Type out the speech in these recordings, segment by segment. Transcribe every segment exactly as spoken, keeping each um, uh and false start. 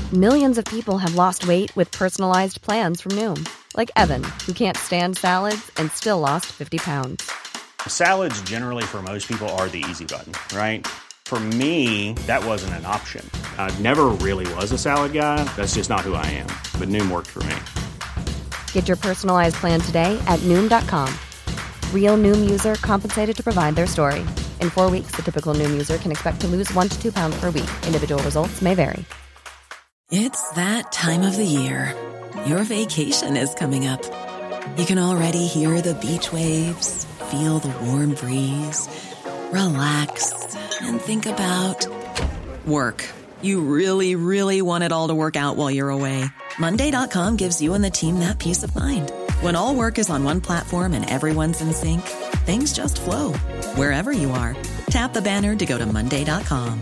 Millions of people have lost weight with personalized plans from Noom. Like Evan, who can't stand salads and still lost fifty pounds. Salads generally for most people are the easy button, right? For me, that wasn't an option. I never really was a salad guy. That's just not who I am. But Noom worked for me. Get your personalized plan today at Noom dot com. Real Noom user compensated to provide their story. In four weeks, the typical Noom user can expect to lose one to two pounds per week. Individual results may vary. It's that time of the year. Your vacation is coming up. You can already hear the beach waves, feel the warm breeze, relax, and think about work. You really, really want it all to work out while you're away. Monday dot com gives you and the team that peace of mind. When all work is on one platform and everyone's in sync, things just flow. Wherever you are, tap the banner to go to Monday dot com.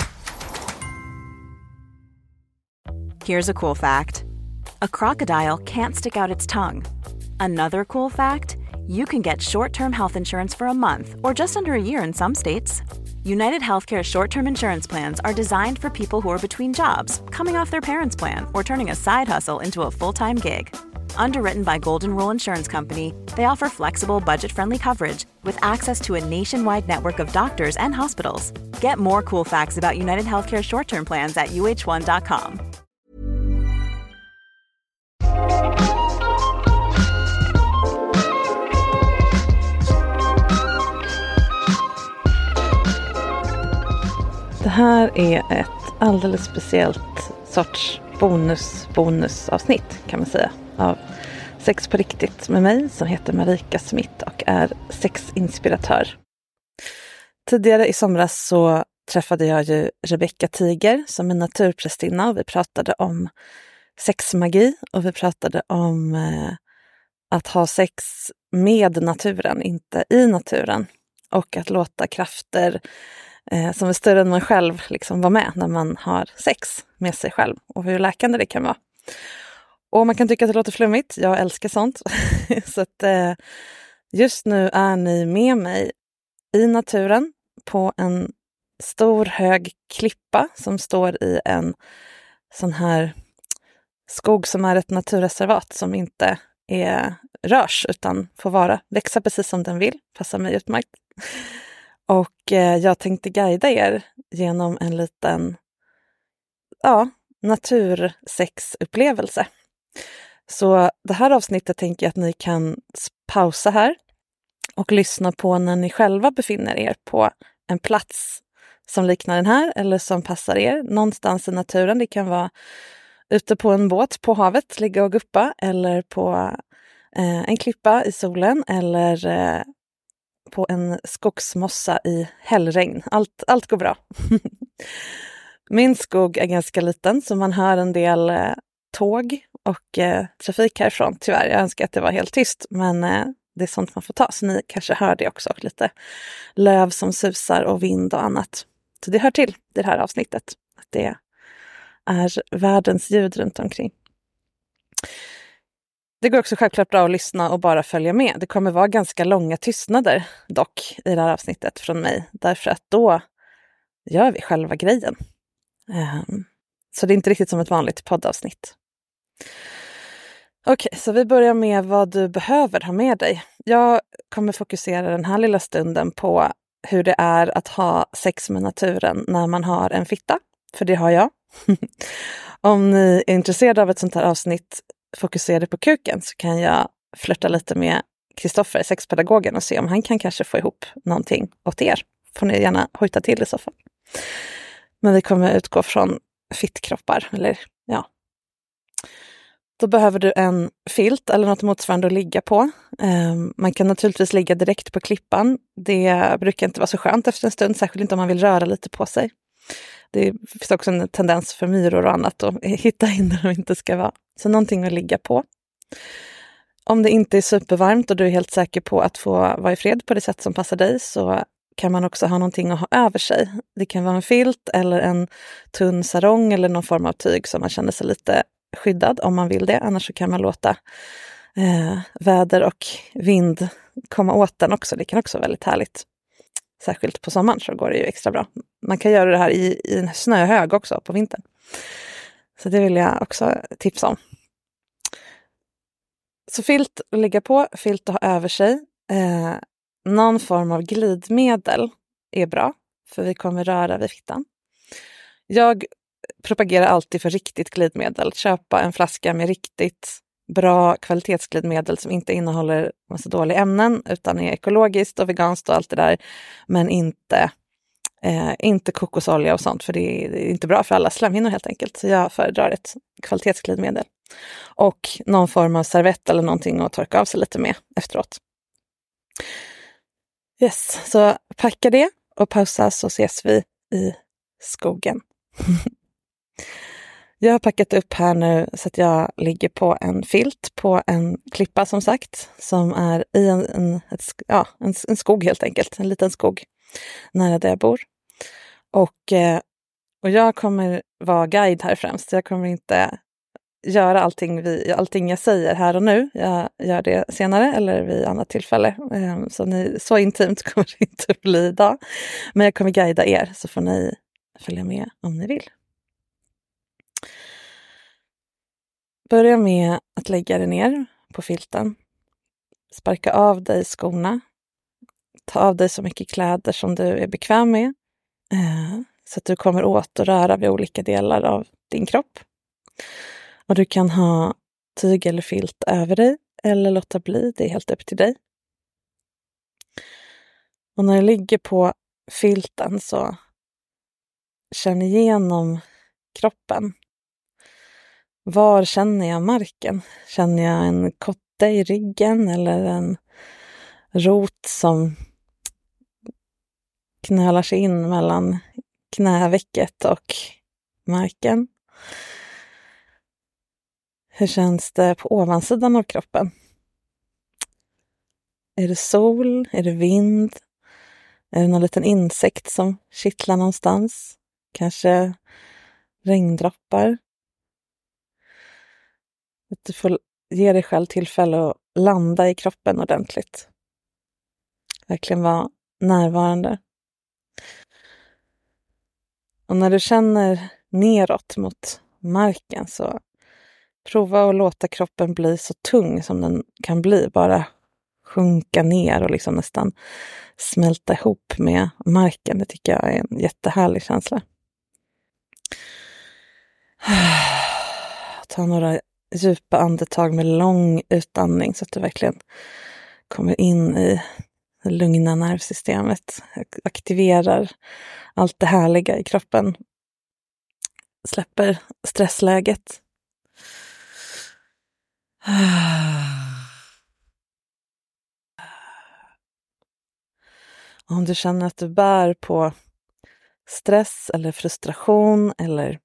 Here's a cool fact. A crocodile can't stick out its tongue. Another cool fact, you can get short-term health insurance for a month or just under a year in some states. United Healthcare short-term insurance plans are designed for people who are between jobs, coming off their parents' plan, or turning a side hustle into a full-time gig. Underwritten by Golden Rule Insurance Company, they offer flexible, budget-friendly coverage with access to a nationwide network of doctors and hospitals. Get more cool facts about United Healthcare short-term plans at U H one dot com. Det här är ett alldeles speciellt sorts bonus, bonusavsnitt kan man säga av Sex på riktigt med mig som heter Marika Smith och är sexinspiratör. Tidigare i somras så träffade jag ju Rebecca Tiger som är naturprästinna och vi pratade om sexmagi och vi pratade om eh, att ha sex med naturen, inte i naturen och att låta krafter eh, som är större än man själv liksom vara med när man har sex med sig själv och hur läkande det kan vara. Och man kan tycka att det låter flummigt, jag älskar sånt. Så att eh, just nu är ni med mig i naturen på en stor hög klippa som står i en sån här skog som är ett naturreservat som inte är rörs utan får vara, växa precis som den vill, passar mig utmärkt. Och eh, jag tänkte guida er genom en liten ja, natursexupplevelse. Så det här avsnittet tänker jag att ni kan pausa här och lyssna på när ni själva befinner er på en plats som liknar den här eller som passar er någonstans i naturen. Det kan vara ute på en båt på havet, ligga och guppa eller på eh, en klippa i solen eller eh, på en skogsmossa i hällregn. Allt, allt går bra. Min skog är ganska liten så man hör en del eh, tåg och eh, trafik härifrån. Tyvärr, jag önskar att det var helt tyst men eh, det är sånt man får ta så ni kanske hör det också. Och lite löv som susar och vind och annat. Så det hör till det här avsnittet. Att det är världens ljud runt omkring. Det går också självklart bra att lyssna och bara följa med. Det kommer vara ganska långa tystnader dock i det här avsnittet från mig. Därför att då gör vi själva grejen. Um, så det är inte riktigt som ett vanligt poddavsnitt. Okej, okay, så vi börjar med vad du behöver ha med dig. Jag kommer fokusera den här lilla stunden på hur det är att ha sex med naturen när man har en fitta. För det har jag. Om ni är intresserade av ett sånt här avsnitt fokuserade på kuken så kan jag flirta lite med Kristoffer, sexpedagogen, och se om han kan kanske få ihop någonting åt er. Får ni gärna hojta till i så fall. Men vi kommer utgå från fittkroppar, eller ja. Då behöver du en filt eller något motsvarande att ligga på. Um, man kan naturligtvis ligga direkt på klippan. Det brukar inte vara så skönt efter en stund, särskilt inte om man vill röra lite på sig. Det finns också en tendens för myror och annat att hitta in där de inte ska vara. Så någonting att ligga på. Om det inte är supervarmt och du är helt säker på att få vara i fred på det sätt som passar dig så kan man också ha någonting att ha över sig. Det kan vara en filt eller en tunn sarong eller någon form av tyg som man känner sig lite skyddad om man vill det. Annars så kan man låta eh, väder och vind komma åt den också. Det kan också vara väldigt härligt. Särskilt på sommaren så går det ju extra bra. Man kan göra det här i, i en snöhög också på vintern. Så det vill jag också tipsa om. Så filt att ligga på, filt att ha över sig. Eh, någon form av glidmedel är bra, för vi kommer röra vid fittan. Jag propagerar alltid för riktigt glidmedel. Köpa en flaska med riktigt bra kvalitetsglidmedel som inte innehåller massa dåliga ämnen utan är ekologiskt och veganskt och allt det där. Men inte, eh, inte kokosolja och sånt, för det är, det är inte bra för alla slemhinnor helt enkelt. Så jag föredrar ett kvalitetsglidmedel. Och någon form av servett eller någonting att torka av sig lite med efteråt. Yes, så packa det och pausa så ses vi i skogen. Jag har packat upp här nu så att jag ligger på en filt på en klippa som sagt. Som är i en, en, ett, ja, en, en skog helt enkelt. En liten skog nära där jag bor. Och, och jag kommer vara guide här främst. Jag kommer inte göra allting, vi, allting jag säger här och nu. Jag gör det senare eller vid annat tillfälle. Så, ni, så intimt kommer det inte bli idag. Men jag kommer guida er så får ni följa med om ni vill. Börja med att lägga dig ner på filten. Sparka av dig skorna. Ta av dig så mycket kläder som du är bekväm med. Så att du kommer åt att röra vid olika delar av din kropp. Och du kan ha tyg eller filt över dig eller låta bli, det är helt upp till dig. Och när du ligger på filten så känn igenom kroppen. Var känner jag marken? Känner jag en kotte i ryggen eller en rot som knölar sig in mellan knävecket och marken? Hur känns det på ovansidan av kroppen? Är det sol? Är det vind? Är det någon liten insekt som kittlar någonstans? Kanske regndroppar? Att du får ge dig själv tillfälle att landa i kroppen ordentligt. Verkligen vara närvarande. Och när du känner neråt mot marken så prova att låta kroppen bli så tung som den kan bli. Bara sjunka ner och liksom nästan smälta ihop med marken. Det tycker jag är en jättehärlig känsla. Ta några djupa andetag med lång utandning så att du verkligen kommer in i det lugna nervsystemet. Aktiverar allt det härliga i kroppen. Släpper stressläget. Om du känner att du bär på stress eller frustration eller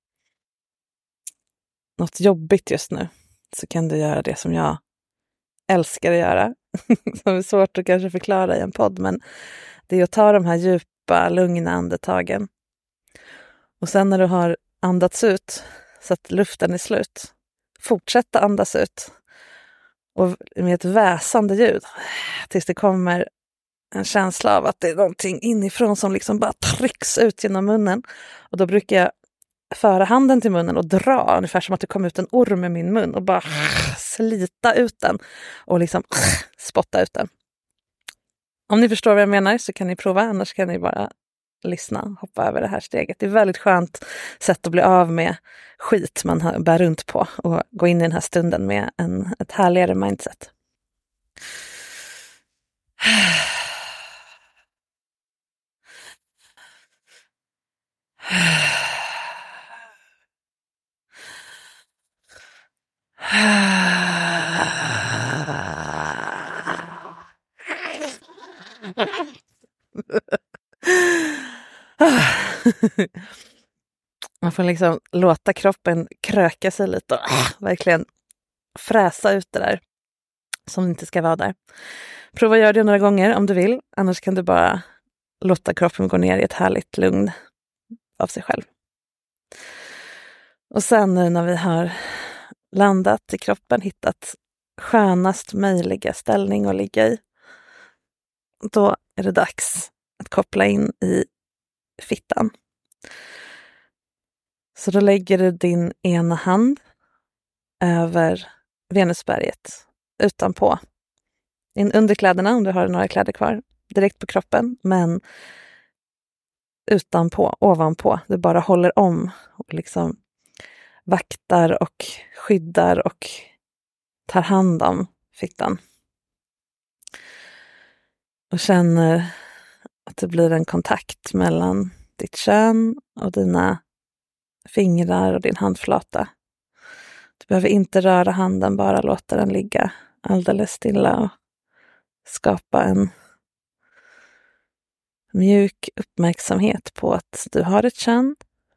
något jobbigt just nu så kan du göra det som jag älskar att göra. Som är svårt att kanske förklara i en podd, men det är att ta de här djupa, lugna andetagen. Och sen när du har andats ut så att luften är slut, fortsätta andas ut. Och med ett väsande ljud tills det kommer en känsla av att det är någonting inifrån som liksom bara trycks ut genom munnen. Och då brukar jag föra handen till munnen och dra ungefär som att det kom ut en orm i min mun och bara slita ut den och liksom spotta ut den. Om ni förstår vad jag menar så kan ni prova, annars kan ni bara lyssna, hoppa över det här steget. Det är ett väldigt skönt sätt att bli av med skit man bär runt på och gå in i den här stunden med en, ett härligare mindset. Man får liksom låta kroppen kröka sig lite och verkligen fräsa ut det där som inte ska vara där. Prova att göra det några gånger om du vill, annars kan du bara låta kroppen gå ner i ett härligt lugn av sig själv. Och sen nu när vi har landat i kroppen, hittat skönast möjliga ställning att ligga i, då är det dags att koppla in i fittan. Så Så då lägger du din ena hand över Venusberget utanpå. In under kläderna om du har några kläder kvar. Direkt på kroppen, men utanpå, ovanpå. Du bara håller om och liksom vaktar och skyddar och tar hand om fittan. Och känner att det blir en kontakt mellan ditt kön och dina fingrar och din handflata. Du behöver inte röra handen, bara låta den ligga alldeles stilla och skapa en mjuk uppmärksamhet på att du har ett kön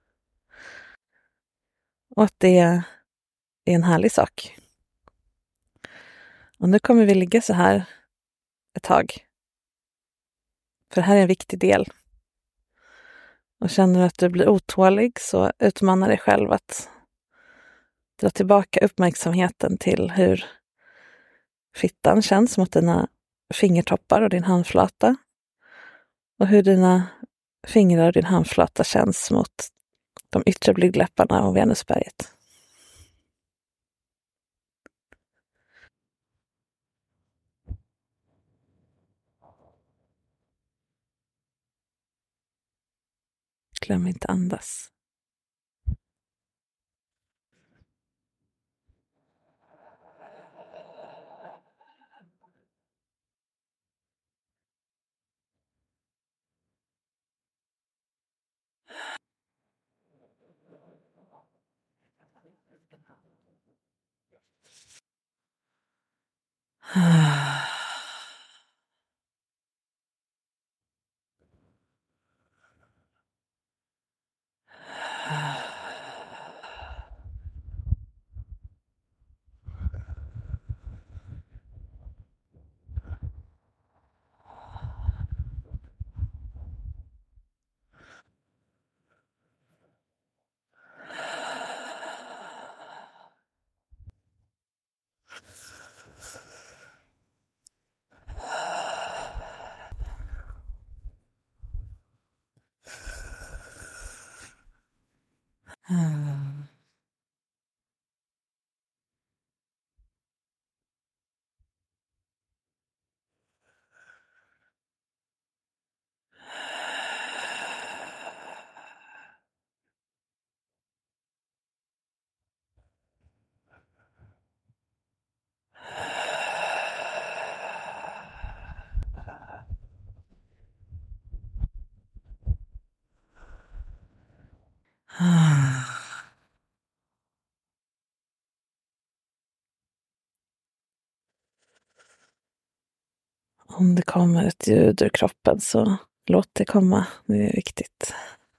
och att det är en härlig sak. Och nu kommer vi ligga så här ett tag. För det här är en viktig del. Och känner du att du blir otålig så utmanar dig själv att dra tillbaka uppmärksamheten till hur fittan känns mot dina fingertoppar och din handflata. Och hur dina fingrar och din handflata känns mot de yttre blygdläpparna och Venusberget. Glöm inte andas. Mm. Om det kommer ett ljud ur kroppen så låt det komma. Det är viktigt.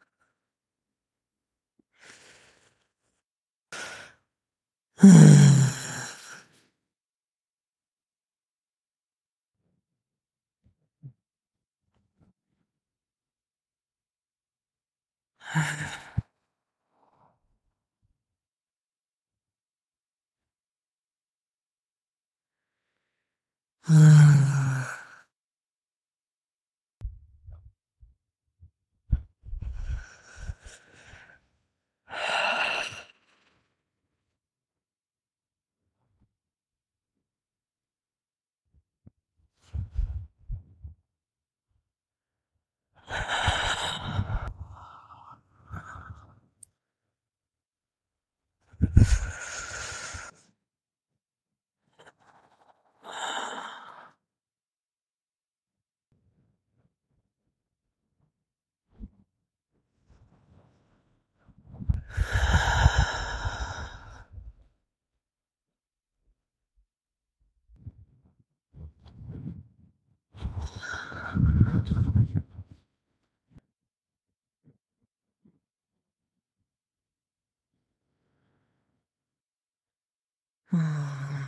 Mm.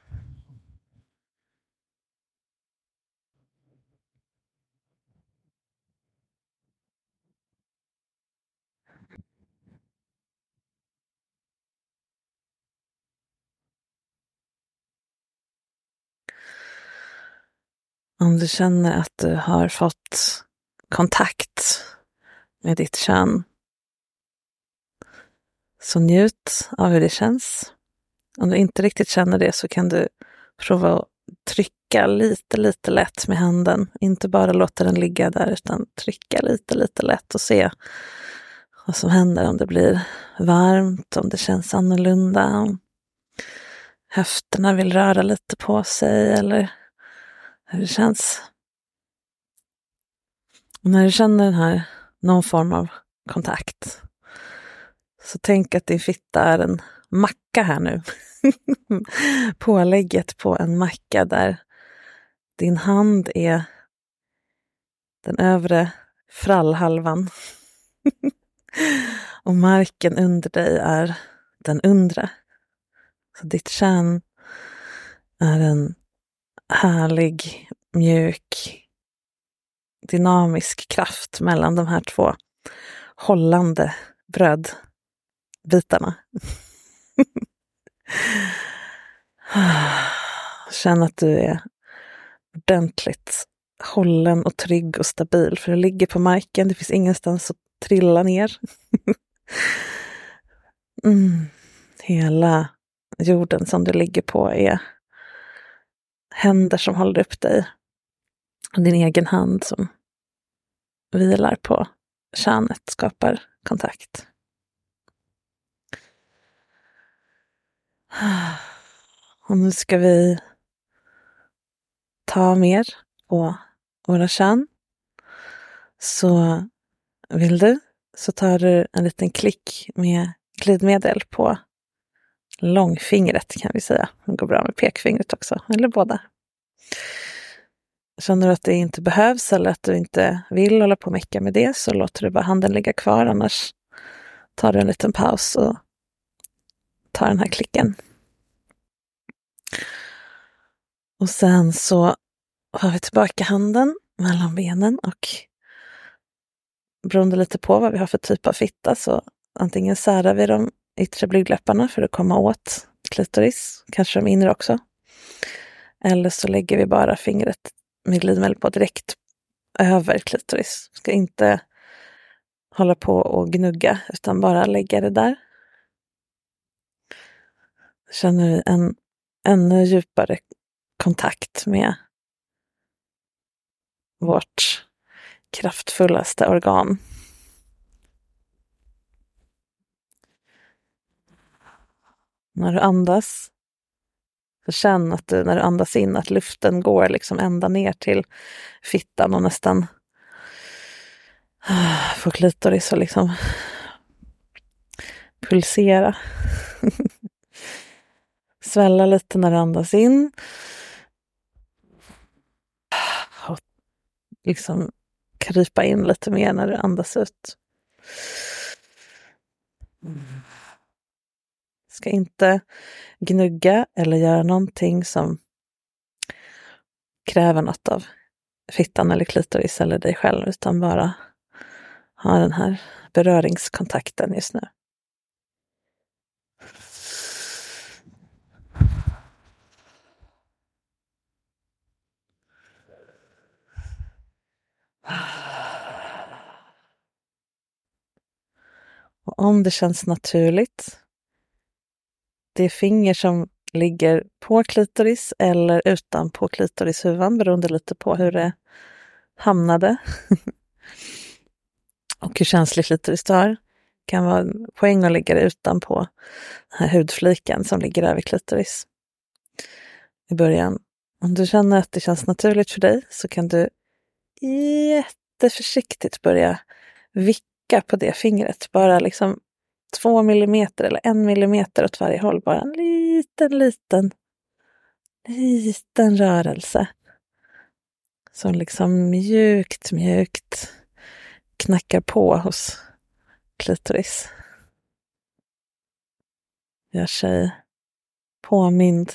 Om du känner att du har fått kontakt med ditt kön Så njut av hur det känns. Om du inte riktigt känner det så kan du prova att trycka lite, lite lätt med handen. Inte bara låta den ligga där utan trycka lite, lite lätt och se vad som händer. Om det blir varmt, om det känns annorlunda. Om höfterna vill röra lite på sig eller hur det känns. Och när du känner den här, någon form av kontakt, så tänk att din fitta är en macka här nu. Pålägget på en macka där din hand är den övre frallhalvan. Och marken under dig är den undre. Så ditt kärn är en härlig, mjuk, dynamisk kraft mellan de här två hållande brödbitarna. Känn att du är ordentligt hållen och trygg och stabil. För du ligger på marken, det finns ingenstans att trilla ner. mm. Hela jorden som du ligger på är händer som håller upp dig. Och din egen hand som vilar på kärnet skapar kontakt. Och nu ska vi ta mer på våra kärn. Så vill du så tar du en liten klick med glidmedel på långfingret kan vi säga. Det går bra med pekfingret också, eller båda. Känner du att det inte behövs eller att du inte vill hålla på och mecka med det, så låter du bara handen ligga kvar. Annars tar du en liten paus och tar den här klicken. Och sen så har vi tillbaka handen mellan benen och beroende lite på vad vi har för typ av fitta så antingen särar vi de yttre blygdläpparna för att komma åt klitoris, kanske de inre också. Eller så lägger vi bara fingret med glidmedel på direkt över klitoris. Ska inte hålla på och gnugga utan bara lägga det där. Känner vi en ännu djupare kontakt med vårt kraftfullaste organ. När du andas så känn att du när du andas in att luften går liksom ända ner till fittan och nästan får klitoris och liksom pulsera. Svälla lite när du andas in. Och liksom krypa in lite mer när du andas ut. Ska inte gnugga eller göra någonting som kräver något av fittan eller klitoris eller dig själv, utan bara ha den här beröringskontakten just nu. Och om det känns naturligt, det finger som ligger på klitoris eller utanpå klitorishuvan, beroende lite på hur det hamnade och hur känslig klitoris du har, kan vara poäng att lägga det utanpå den här hudfliken som ligger över klitoris i början. Om du känner att det känns naturligt för dig så kan du jätteförsiktigt börja vicka på det fingret, bara liksom två millimeter eller en millimeter åt varje håll, bara en liten, liten liten rörelse som liksom mjukt, mjukt knackar på hos klitoris. Gör sig påmind,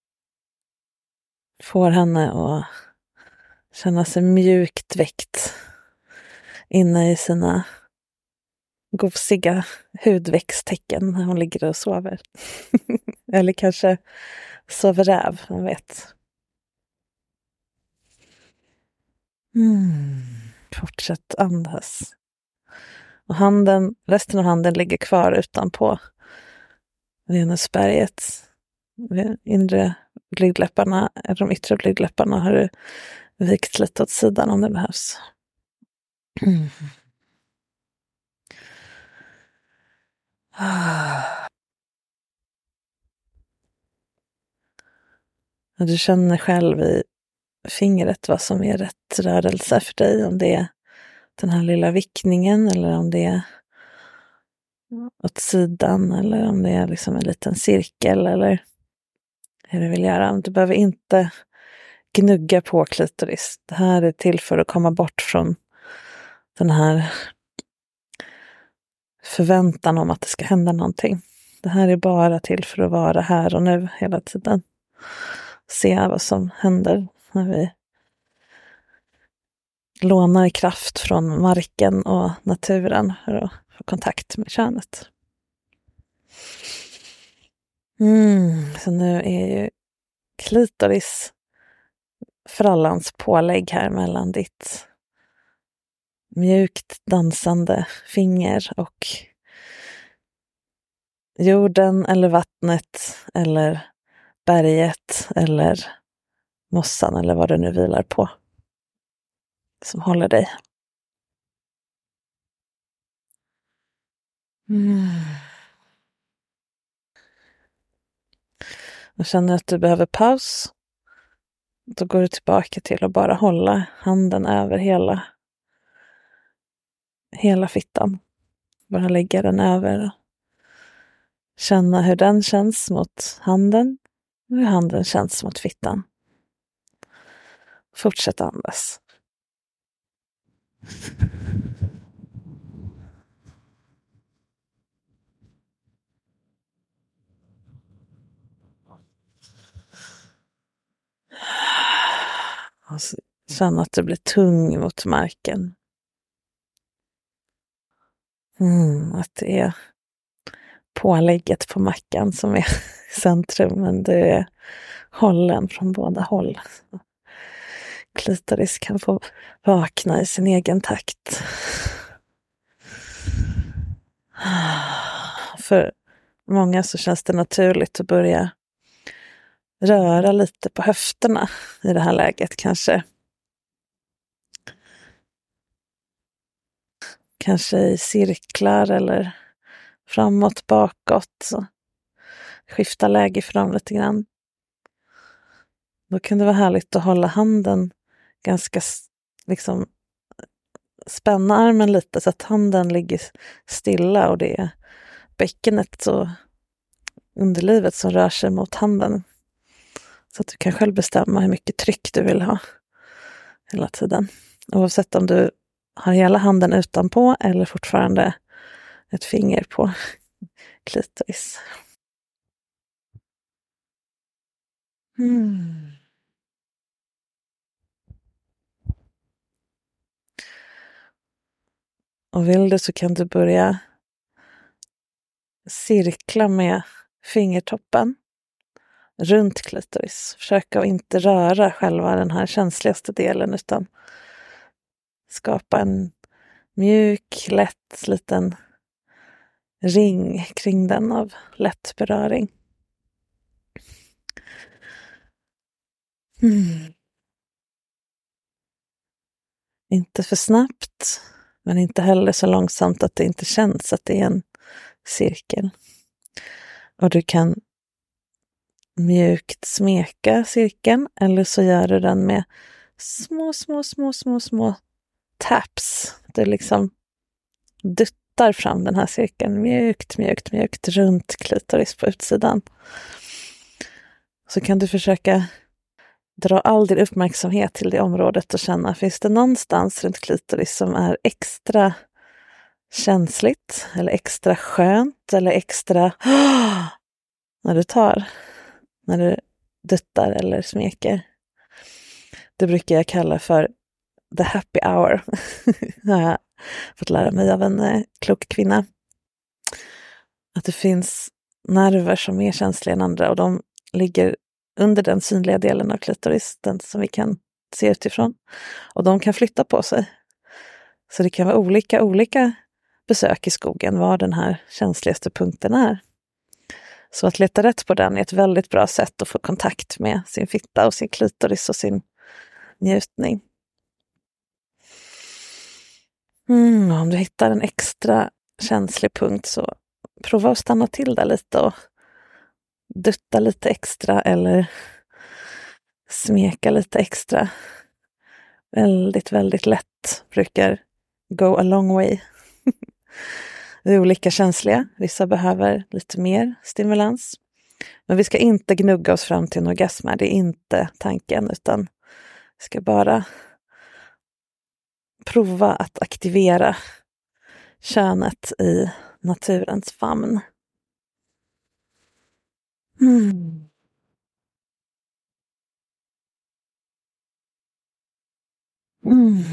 får henne att känna sig mjukt väckt inne i sina gosiga hudväxttecken när hon ligger och sover. Eller kanske sover räv, man vet. Mm. Fortsätt andas. Och handen, resten av handen ligger kvar utanpå Venusberget. Inre blygdläpparna, eller de yttre blygdläpparna har du vikt lite åt sidan om det behövs. Mm. Och du känner själv i fingret vad som är rätt rörelse för dig. Om det är den här lilla vickningen eller om det är åt sidan eller om det är liksom en liten cirkel eller hur du vill göra. Du behöver inte gnugga på klitoris. Det här är till för att komma bort från den här förväntan om att det ska hända någonting. Det här är bara till för att vara här och nu hela tiden. Se vad som händer när vi lånar kraft från marken och naturen för att få kontakt med könet. Mm, så nu är ju klitoris frallans pålägg här mellan ditt mjukt dansande finger och jorden eller vattnet eller berget eller mossan eller vad du nu vilar på som håller dig. Mm. Och känner att du behöver paus. Då går du tillbaka till att bara hålla handen över hela hela fittan. Bara lägga den över. Känna hur den känns mot handen och hur handen känns mot fittan. Fortsätt andas. Och känna att du blir tung mot marken. Mm, att det är pålägget på mackan som är centrum, men det är hållen från båda håll. Klitoris kan få vakna i sin egen takt. För många så känns det naturligt att börja röra lite på höfterna i det här läget kanske. Kanske i cirklar eller framåt, bakåt. Så skifta läge för dem lite grann. Då kan det vara härligt att hålla handen ganska, liksom spänna armen lite så att handen ligger stilla och det är bäckenet och underlivet som rör sig mot handen. Så att du kan själv bestämma hur mycket tryck du vill ha hela tiden. Oavsett om du har hela handen utanpå eller fortfarande ett finger på klitoris. Mm. Och vill du så kan du börja cirkla med fingertoppen runt klitoris. Försöka att inte röra själva den här känsligaste delen utan skapa en mjuk, lätt liten ring kring den av lätt beröring. Mm. Inte för snabbt, men inte heller så långsamt att det inte känns att det är en cirkel. Och du kan mjukt smeka cirkeln eller så gör du den med små, små, små, små, små taps. Du liksom duttar fram den här cirkeln mjukt, mjukt, mjukt runt klitoris på utsidan. Så kan du försöka dra all din uppmärksamhet till det området och känna, finns det någonstans runt klitoris som är extra känsligt eller extra skönt eller extra när du tar, när du duttar eller smeker. Det brukar jag kalla för the happy hour. Det har jag fått lära mig av en eh, klok kvinna. Att det finns nerver som är känsliga än andra och de ligger under den synliga delen av klitoris, den som vi kan se utifrån. Och de kan flytta på sig. Så det kan vara olika olika besök i skogen var den här känsligaste punkten är. Så att leta rätt på den är ett väldigt bra sätt att få kontakt med sin fitta och sin klitoris och sin njutning. Mm, om du hittar en extra känslig punkt så prova att stanna till där lite och dutta lite extra eller smeka lite extra. Väldigt, väldigt lätt brukar go a long way. Vi är olika känsliga. Vissa behöver lite mer stimulans. Men vi ska inte gnugga oss fram till en orgasm. Det är inte tanken, utan vi ska bara prova att aktivera könet i naturens famn. Mm. Mm.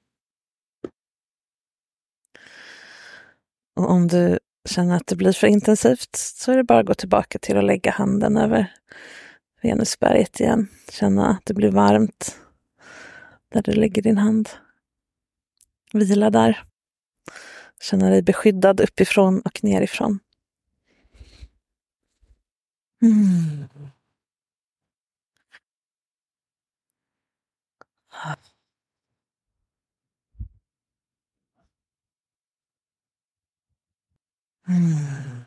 Och om du känner att det blir för intensivt så är det bara att gå tillbaka till att lägga handen över Venusberget igen. Känna att det blir varmt där du lägger din hand. Vila där. Känna dig beskyddad uppifrån och nerifrån. Mm. Mm.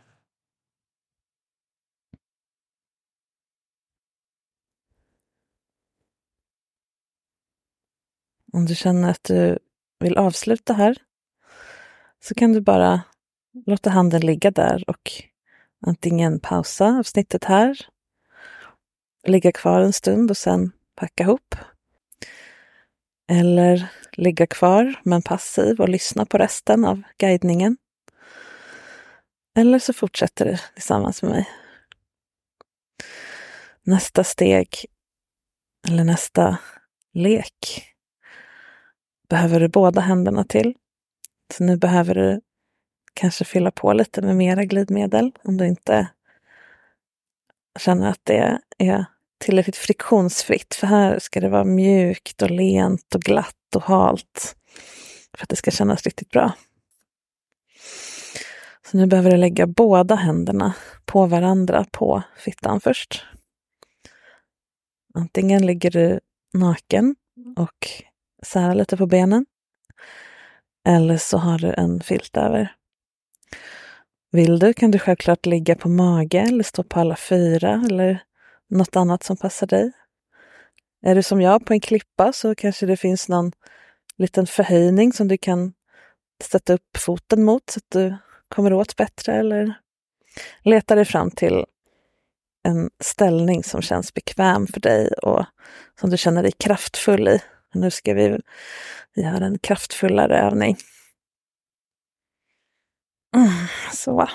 Om du känner att du vill avsluta här så kan du bara låta handen ligga där och antingen pausa avsnittet här, ligga kvar en stund och sen packa ihop. Eller ligga kvar men passiv och lyssna på resten av guidningen. Eller så fortsätter du tillsammans med mig. Nästa steg eller nästa lek behöver du båda händerna till. Så nu behöver du kanske fylla på lite med mera glidmedel om du inte känner att det är tillräckligt friktionsfritt. För här ska det vara mjukt och lent och glatt och halt för att det ska kännas riktigt bra. Så nu behöver du lägga båda händerna på varandra på fittan först. Antingen ligger du naken och särar lite på benen. Eller så har du en filt över. Vill du kan du självklart ligga på mage eller stå på alla fyra eller något annat som passar dig. Är du som jag på en klippa så kanske det finns någon liten förhöjning som du kan sätta upp foten mot så att du kommer åt bättre, eller leta dig fram till en ställning som känns bekväm för dig och som du känner dig kraftfull i. Nu ska vi göra en kraftfullare övning. Mm, så.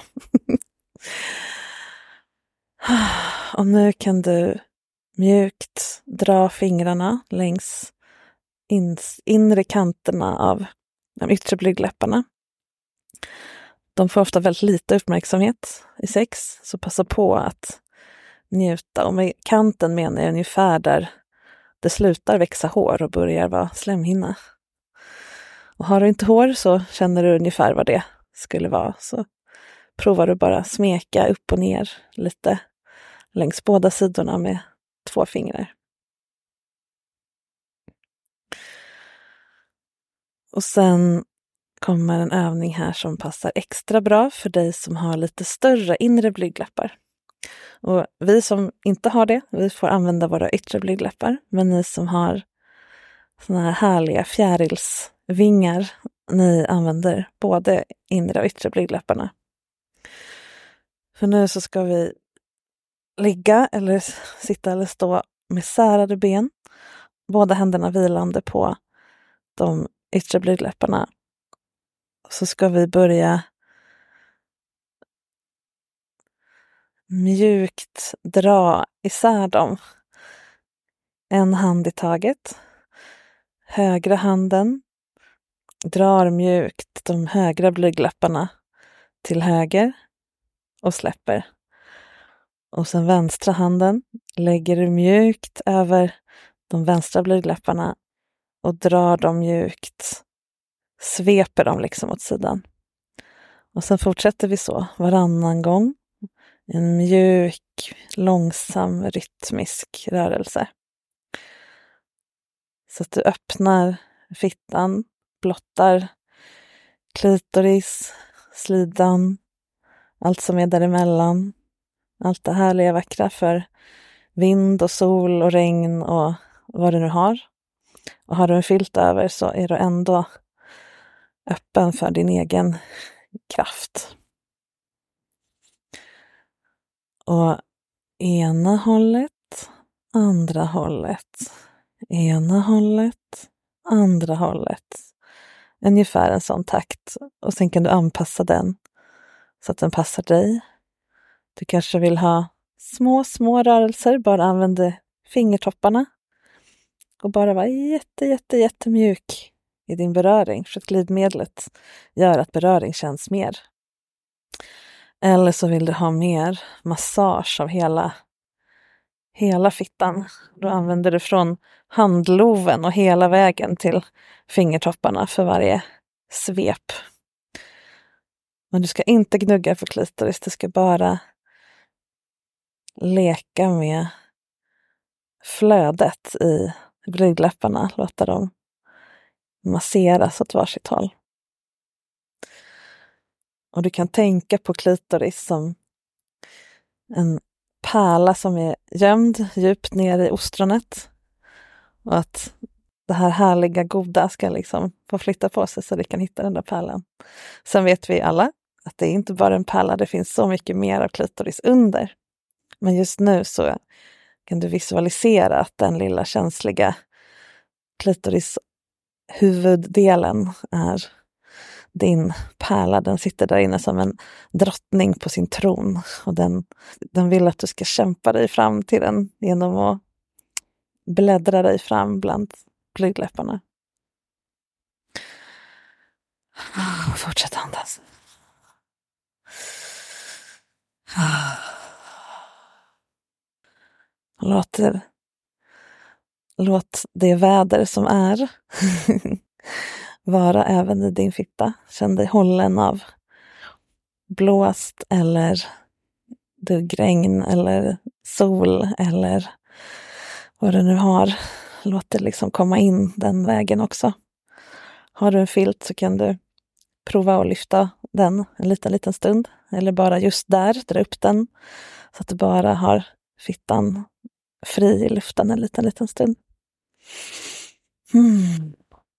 Och nu kan du mjukt dra fingrarna längs in, inre kanterna av de yttre blygdläpparna. De får ofta väldigt lite uppmärksamhet i sex, så passa på att njuta. Och med kanten menar jag ungefär där det slutar växa hår och börjar vara slemhinna. Och har du inte hår så känner du ungefär vad det skulle vara. Så provar du bara smeka upp och ner lite längs båda sidorna med två fingrar. Och sen kommer en övning här som passar extra bra för dig som har lite större inre blygdläppar. Och vi som inte har det, vi får använda våra yttre blygdläppar. Men ni som har såna här härliga fjärilsvingar, ni använder både inre och yttre blygdläpparna. För nu så ska vi ligga eller sitta eller stå med särade ben. Båda händerna vilande på de yttre blygdläpparna. Så ska vi börja mjukt dra isär dem. En hand i taget. Högra handen drar mjukt de högra blygdläpparna till höger och släpper. Och sen vänstra handen lägger du mjukt över de vänstra blygdläpparna och drar dem mjukt. Sveper dem liksom åt sidan. Och sen fortsätter vi så varannan gång. En mjuk, långsam, rytmisk rörelse. Så att du öppnar fittan, blottar klitoris, slidan, allt som är däremellan. Allt det härliga vackra för vind och sol och regn och vad du nu har. Och har du en filt över så är du ändå öppen för din egen kraft. Och ena hållet, andra hållet, ena hållet, andra hållet. Ungefär en sån takt. Och sen kan du anpassa den så att den passar dig. Du kanske vill ha små, små rörelser. Bara använd fingertopparna. Och bara vara jätte, jätte, jättemjuk i din beröring. Så att glidmedlet gör att beröring känns mer. Eller så vill du ha mer massage av hela, hela fittan. Då använder du från handloven och hela vägen till fingertopparna för varje svep. Men du ska inte gnugga för klitoris. Du ska bara leka med flödet i blygdläpparna. Låta dem masseras åt varsitt håll. Och du kan tänka på klitoris som en pärla som är gömd djupt ner i ostronet. Och att det här härliga goda ska liksom få flytta på sig så du kan hitta den där pärlan. Sen vet vi alla att det är inte bara en pärla, det finns så mycket mer av klitoris under. Men just nu så kan du visualisera att den lilla känsliga klitoris huvuddelen är din pärla. Den sitter där inne som en drottning på sin tron. Och den, den vill att du ska kämpa dig fram till den genom att bläddra dig fram bland blygdläpparna. Fortsätt andas. Låt det, låt det väder som är vara även i din fitta. Känn dig hållen av blåst eller duggregn eller sol eller vad du nu har. Låt det liksom komma in den vägen också. Har du en filt så kan du prova att lyfta den en liten, liten stund. Eller bara just där, dra upp den. Så att du bara har fittan fri i luften en liten, liten stund. Hmm.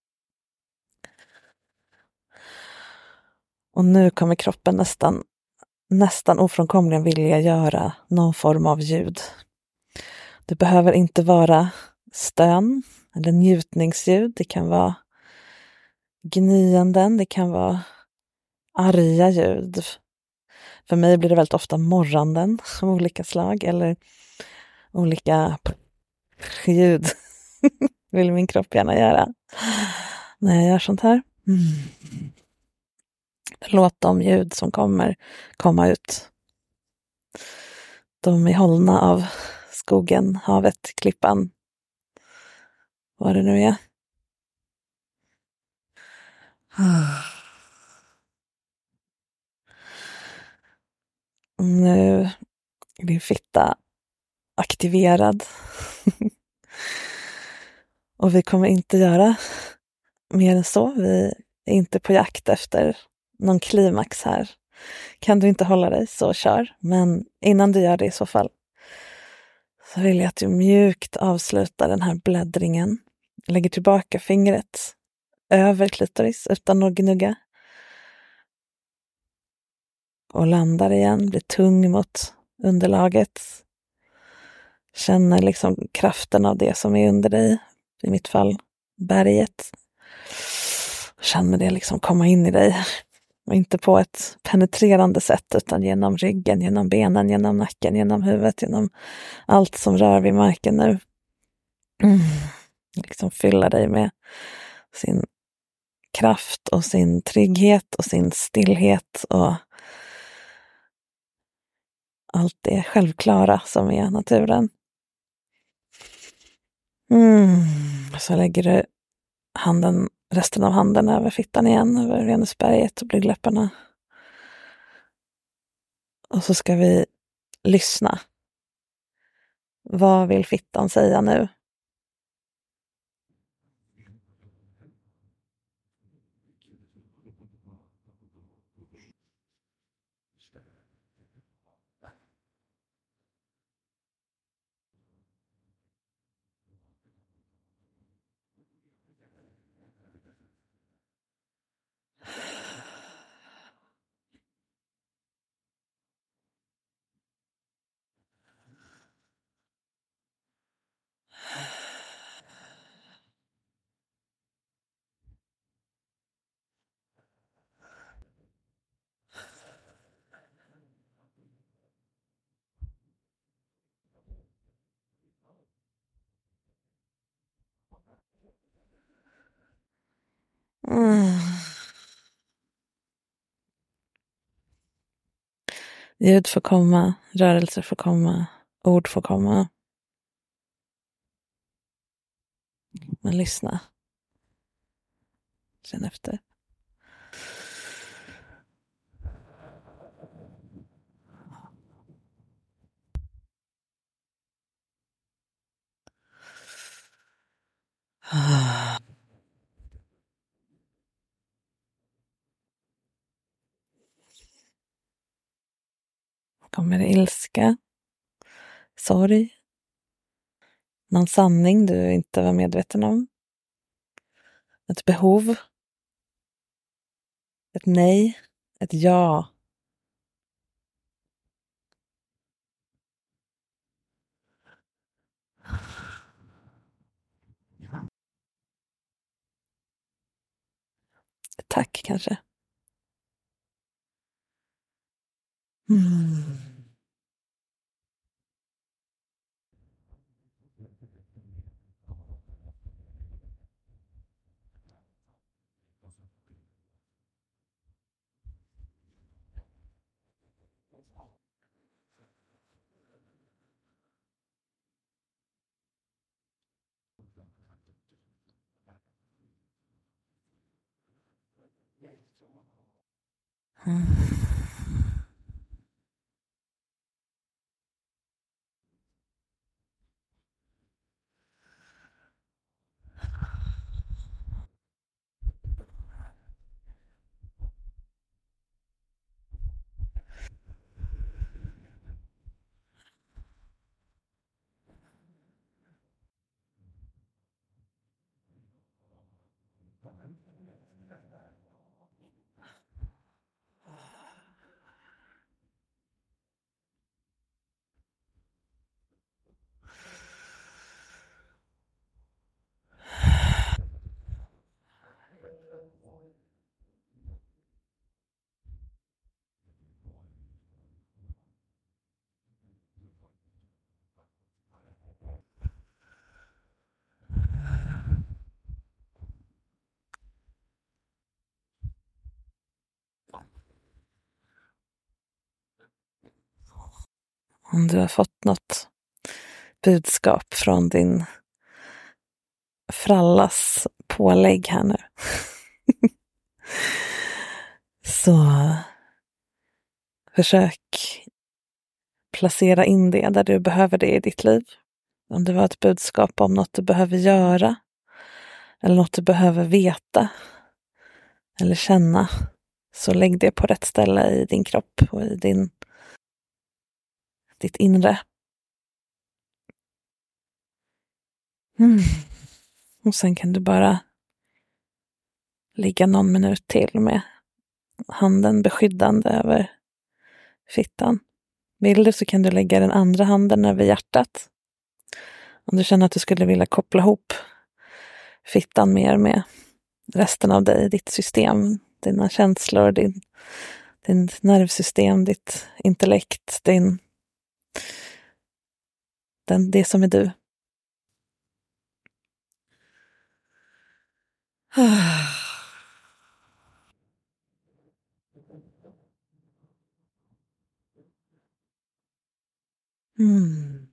Och nu kommer kroppen nästan, nästan ofrånkomligen vilja göra någon form av ljud. Det behöver inte vara stön eller njutningsljud. Det kan vara gnyenden, det kan vara arga ljud. För mig blir det väldigt ofta morranden av olika slag eller olika ljud vill min kropp gärna göra när jag gör sånt här. Mm. Låt de ljud som kommer komma ut. De är hållna av skogen, havet, klippan. Vad det nu är. Nu är din fitta aktiverad. Och vi kommer inte göra mer än så. Vi är inte på jakt efter någon klimax här. Kan du inte hålla dig så kör. Men innan du gör det i så fall så vill jag att du mjukt avslutar den här bläddringen. Lägger tillbaka fingret över klitoris utan att gnugga. Och landar igen. Blir tung mot underlaget. Känner liksom kraften av det som är under dig. I mitt fall berget. Känner det liksom komma in i dig. Och inte på ett penetrerande sätt utan genom ryggen, genom benen, genom nacken, genom huvudet, genom allt som rör vid marken nu. Mm. Liksom fylla dig med sin kraft och sin trygghet och sin stillhet och allt det självklara som är naturen. Mm. Så lägger du handen, resten av handen över fittan igen, över venusberget och blygdläpparna. Och så ska vi lyssna. Vad vill fittan säga nu? Mm. Ljud får komma, rörelser får komma, ord får komma. Men lyssna. Känn efter. Kommer det ilska, sorg, någon sanning du inte var medveten om? Ett behov, ett nej, ett ja. Ett tack kanske. Mm. Mm. Om du har fått något budskap från din frallas pålägg här nu. Så försök placera in det där du behöver det i ditt liv. Om det var ett budskap om något du behöver göra eller något du behöver veta eller känna, så lägg det på rätt ställe i din kropp och i din, ditt inre. Mm. Och sen kan du bara ligga någon minut till med handen beskyddande över fittan. Vill du så kan du lägga den andra handen över hjärtat. Om du känner att du skulle vilja koppla ihop fittan mer med resten av dig, ditt system, dina känslor, din, din nervsystem, ditt intellekt, din, den, det som är du. Mm.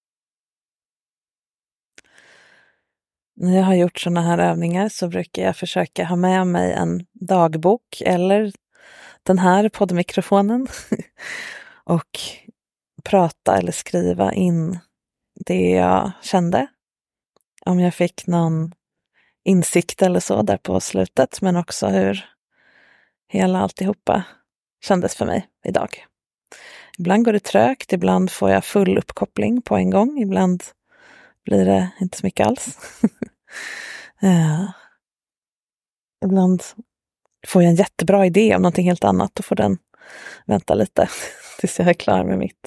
När jag har gjort sådana här övningar så brukar jag försöka ha med mig en dagbok eller den här poddmikrofonen och prata eller skriva in det jag kände. Om jag fick någon insikt eller så där på slutet, men också hur hela alltihopa kändes för mig idag. Ibland går det trögt, ibland får jag full uppkoppling på en gång, ibland blir det inte så mycket alls. uh, ibland får jag en jättebra idé om någonting helt annat och får den vänta lite tills jag är klar med mitt.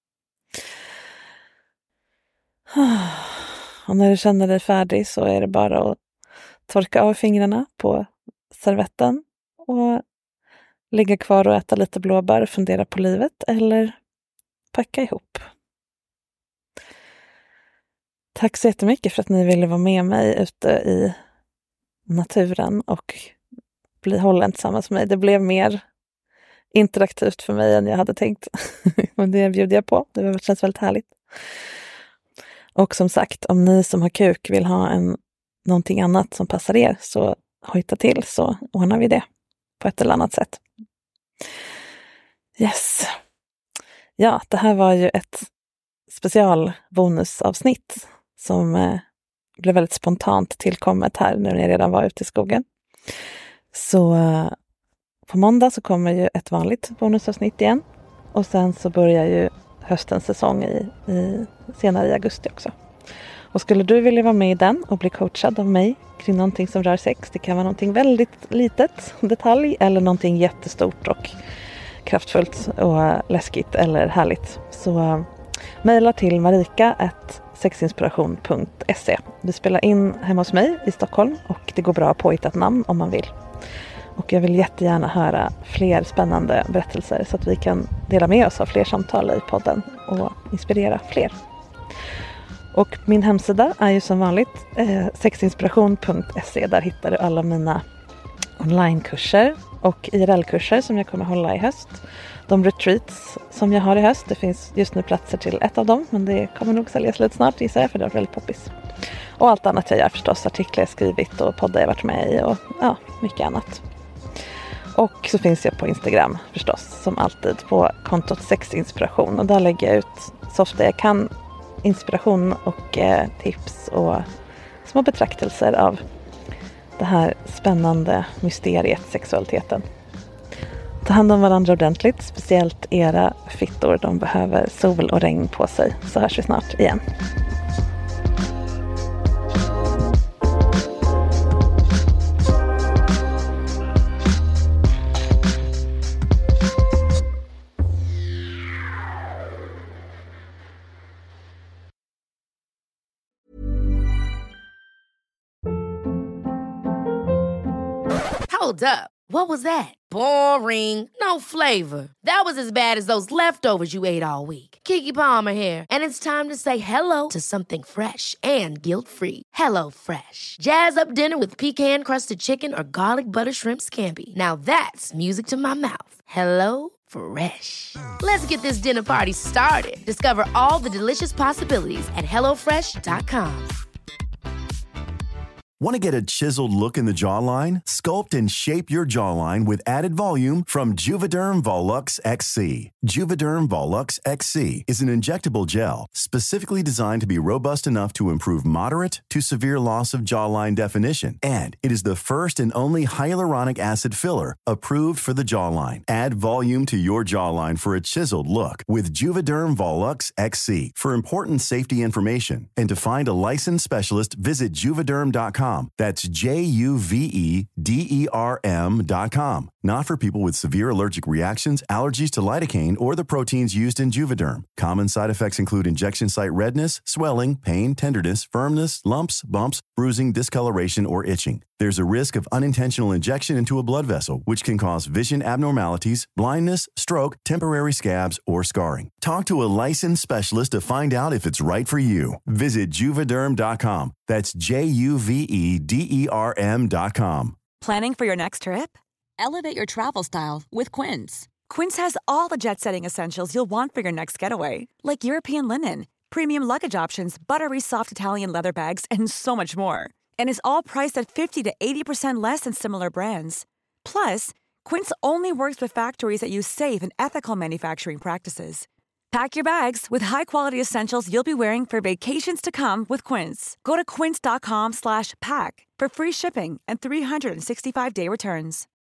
Och när du känner dig färdig så är det bara att torka av fingrarna på servetten och ligga kvar och äta lite blåbär och fundera på livet eller packa ihop. Tack så jättemycket för att ni ville vara med mig ute i naturen och bli hållen tillsammans med mig. Det blev mer interaktivt för mig än jag hade tänkt. Men det bjuder jag på. Det känns väldigt härligt. Och som sagt, om ni som har kuk vill ha en, någonting annat som passar er så hojta till så ordnar vi det på ett eller annat sätt. Yes. Ja, det här var ju ett specialbonusavsnitt som eh, blev väldigt spontant tillkommet här nu när jag redan var ute i skogen. Så eh, på måndag så kommer ju ett vanligt bonusavsnitt igen. Och sen så börjar ju höstens säsong i, i, senare i augusti också. Och skulle du vilja vara med i den och bli coachad av mig kring någonting som rör sex, det kan vara någonting väldigt litet, detalj, eller någonting jättestort och kraftfullt och läskigt eller härligt. Så uh, mejla till marika at sexinspiration punkt se. Vi spelar in hemma hos mig i Stockholm och det går bra att påhitta ett namn om man vill. Och jag vill jättegärna höra fler spännande berättelser så att vi kan dela med oss av fler samtal i podden och inspirera fler. Och min hemsida är ju som vanligt eh, sexinspiration punkt se. Där hittar du alla mina onlinekurser och I R L-kurser som jag kommer hålla i höst. De retreats som jag har i höst, det finns just nu platser till ett av dem, men det kommer nog sälja slut snart gissar jag, för det är väldigt poppis. Och allt annat jag gör förstås, artiklar jag skrivit och poddar jag varit med i och ja, mycket annat. Och så finns jag på Instagram förstås, som alltid, på kontot sexinspiration. Och där lägger jag ut så ofta jag kan inspiration och eh, tips och små betraktelser av det här spännande mysteriet sexualiteten. Ta hand om varandra ordentligt, speciellt era fittor. De behöver sol och regn på sig. Så hörs vi snart igen. Hold up. What was that? Boring. No flavor. That was as bad as those leftovers you ate all week. Keke Palmer here, and it's time to say hello to something fresh and guilt-free. Hello Fresh. Jazz up dinner with pecan-crusted chicken or garlic butter shrimp scampi. Now that's music to my mouth. Hello Fresh. Let's get this dinner party started. Discover all the delicious possibilities at hello fresh dot com. Want to get a chiseled look in the jawline? Sculpt and shape your jawline with added volume from Juvederm Volux X C. Juvederm Volux X C is an injectable gel specifically designed to be robust enough to improve moderate to severe loss of jawline definition. And it is the first and only hyaluronic acid filler approved for the jawline. Add volume to your jawline for a chiseled look with Juvederm Volux X C. For important safety information and to find a licensed specialist, visit juvederm dot com. That's J U V E D E R M dot com. Not for people with severe allergic reactions, allergies to lidocaine, or the proteins used in Juvederm. Common side effects include injection site redness, swelling, pain, tenderness, firmness, lumps, bumps, bruising, discoloration, or itching. There's a risk of unintentional injection into a blood vessel, which can cause vision abnormalities, blindness, stroke, temporary scabs, or scarring. Talk to a licensed specialist to find out if it's right for you. Visit juvederm dot com. That's J U V E D E R M dot com. Planning for your next trip? Elevate your travel style with Quince. Quince has all the jet-setting essentials you'll want for your next getaway, like European linen, premium luggage options, buttery soft Italian leather bags, and so much more. And is all priced at fifty to eighty percent less than similar brands. Plus, Quince only works with factories that use safe and ethical manufacturing practices. Pack your bags with high-quality essentials you'll be wearing for vacations to come with Quince. Go to quince.com slash pack for free shipping and three sixty-five day returns.